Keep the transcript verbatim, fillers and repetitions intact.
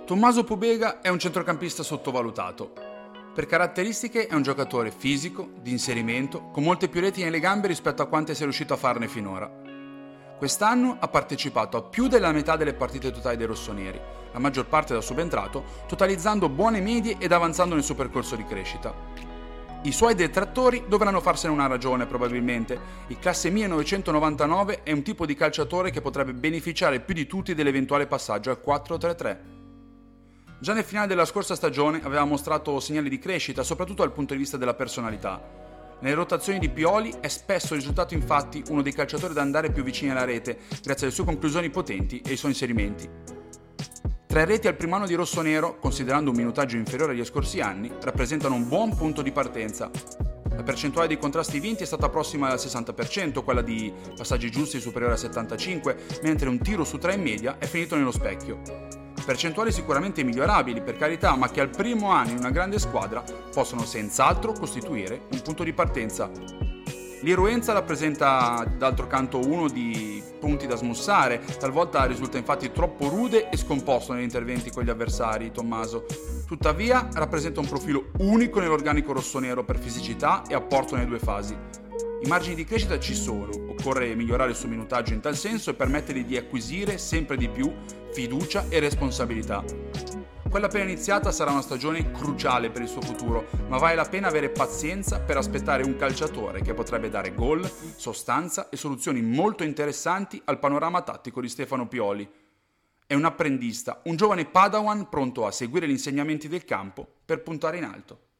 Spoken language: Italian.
Tommaso Pobega è un centrocampista sottovalutato. Per caratteristiche è un giocatore fisico, di inserimento, con molte più reti nelle gambe rispetto a quante sia riuscito a farne finora. Quest'anno ha partecipato a più della metà delle partite totali dei rossoneri, la maggior parte da subentrato, totalizzando buone medie ed avanzando nel suo percorso di crescita. I suoi detrattori dovranno farsene una ragione probabilmente. Il classe millenovecentonovantanove è un tipo di calciatore che potrebbe beneficiare più di tutti dell'eventuale passaggio al quattro tre tre. Già nel finale della scorsa stagione aveva mostrato segnali di crescita, soprattutto dal punto di vista della personalità. Nelle rotazioni di Pioli è spesso risultato infatti uno dei calciatori da andare più vicini alla rete, grazie alle sue conclusioni potenti e ai suoi inserimenti. Tre reti al primo anno di rossonero, considerando un minutaggio inferiore agli scorsi anni, rappresentano un buon punto di partenza. La percentuale di contrasti vinti è stata prossima al sessanta per cento, quella di passaggi giusti superiore al settantacinque per cento, mentre un tiro su tre in media è finito nello specchio. Percentuali sicuramente migliorabili, per carità, ma che al primo anno in una grande squadra possono senz'altro costituire un punto di partenza. L'irruenza rappresenta d'altro canto uno di punti da smussare, talvolta risulta infatti troppo rude e scomposto negli interventi con gli avversari, Tommaso. Tuttavia rappresenta un profilo unico nell'organico rossonero per fisicità e apporto nelle due fasi. I margini di crescita ci sono, occorre migliorare il suo minutaggio in tal senso e permettergli di acquisire sempre di più fiducia e responsabilità. Quella appena iniziata sarà una stagione cruciale per il suo futuro, ma vale la pena avere pazienza per aspettare un calciatore che potrebbe dare gol, sostanza e soluzioni molto interessanti al panorama tattico di Stefano Pioli. È un apprendista, un giovane Padawan pronto a seguire gli insegnamenti del campo per puntare in alto.